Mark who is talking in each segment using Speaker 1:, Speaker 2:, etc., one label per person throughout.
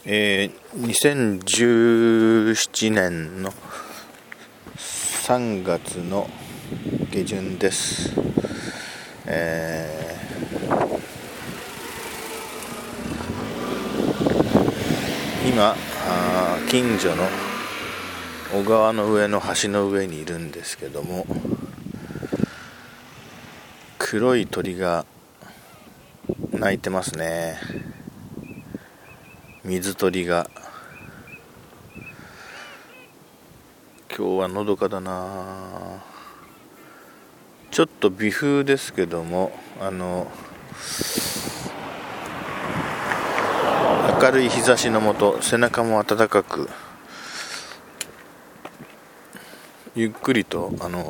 Speaker 1: 2017年の3月の下旬です。今近所の小川の上の橋の上にいるんですけども、黒い鳥が鳴いてますね。水鳥が。今日はのどかだな。ちょっと微風ですけども、明るい日差しの下、背中も暖かく、ゆっくりと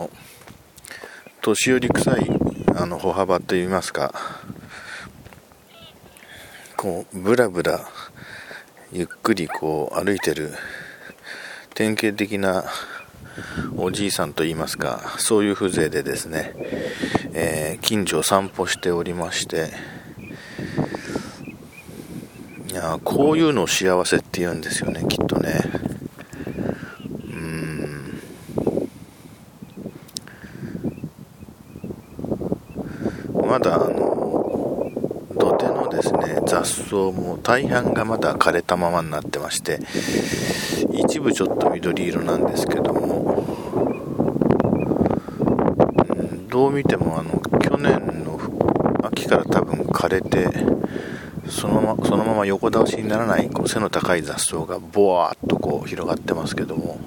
Speaker 1: 年寄り臭い歩幅といいますか、こうブラブラゆっくりこう歩いてる典型的なおじいさんといいますか、そういう風情でですね、近所を散歩しておりまして、いやこういうのを幸せって言うんですよね、きっとね。まだ土手のですね、雑草も大半がまだ枯れたままになってまして、一部ちょっと緑色なんですけども、どう見ても去年の秋から多分枯れて、そのまま横倒しにならないこう背の高い雑草がボワーっとこう広がってますけども、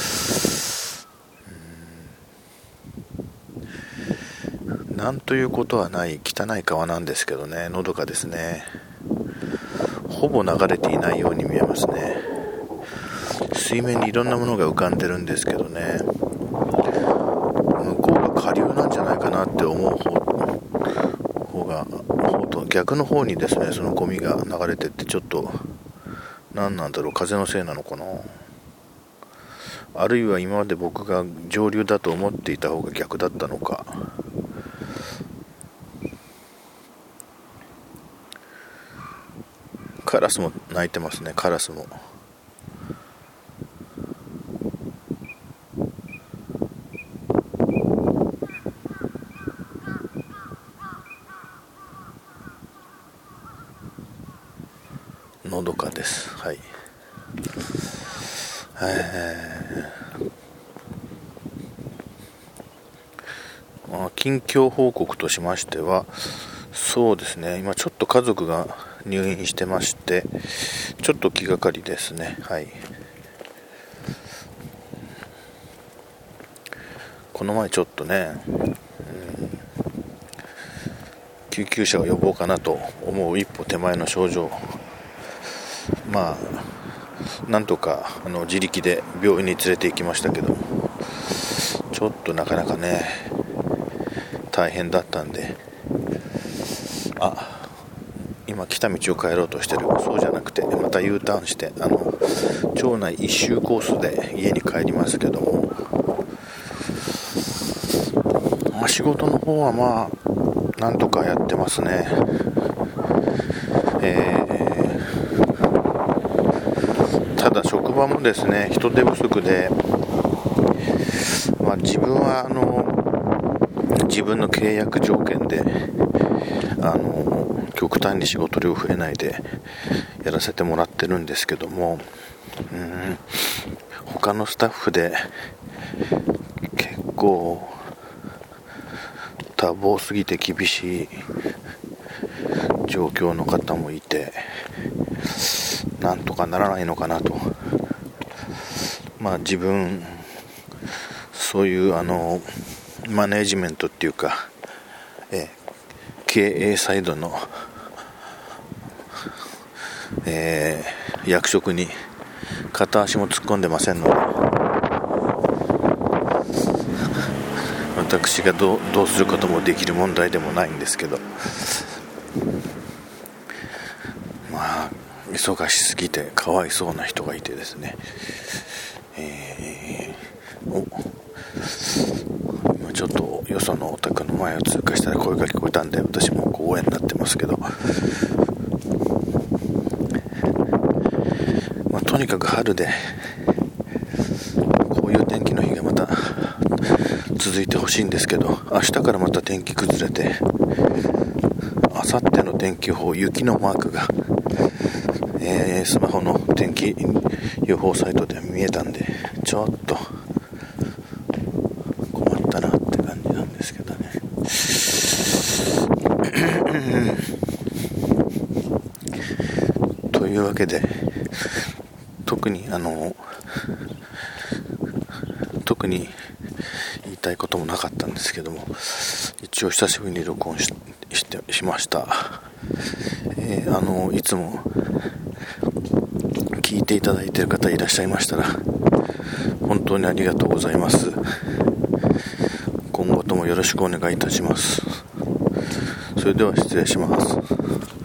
Speaker 1: なんということはない汚い川なんですけどね、のどかですね。ほぼ流れていないように見えますね。水面にいろんなものが浮かんでるんですけどね、向こうが下流なんじゃないかなって思う方と逆の方にですね、そのゴミが流れてって、ちょっと何なんだろう、風のせいなのかな、あるいは今まで僕が上流だと思っていた方が逆だったのか。カラスも鳴いてますね。カラスものどかです。はい。近況報告としましては、そうですね、今ちょっと家族が入院してまして、ちょっと気がかりですね。はい。この前ちょっとね、救急車を呼ぼうかなと思う一歩手前の症状、なんとか自力で病院に連れて行きましたけど、ちょっとなかなかね大変だったんで、今来た道を帰ろうとしてる。そうじゃなくてまた U ターンして町内一周コースで家に帰りますけども、仕事の方はなんとかやってますね。ただ職場もですね、人手不足で、自分は自分の契約条件で極端に仕事量増えないでやらせてもらってるんですけども、他のスタッフで結構多忙すぎて厳しい状況の方もいて、なんとかならないのかなと。自分そういうマネージメントっていうか、経営サイドの、役職に片足も突っ込んでませんので、私がどうすることもできる問題でもないんですけど、忙しすぎてかわいそうな人がいてですね、今ちょっとよそのお宅の前を通過したら声が聞こえたんで、私も応援になってますけど、 とにかく春でこういう天気の日がまた続いてほしいんですけど、明日からまた天気崩れて、明後日の天気予報、雪のマークが、スマホの天気予報サイトで見えたんで、ちょっと困ったなって感じなんですけどね。というわけで、特に言いたいこともなかったんですけども、一応久しぶりに録音しました。いつも聞いていただいている方いらっしゃいましたら本当にありがとうございます。今後ともよろしくお願いいたします。それでは失礼します。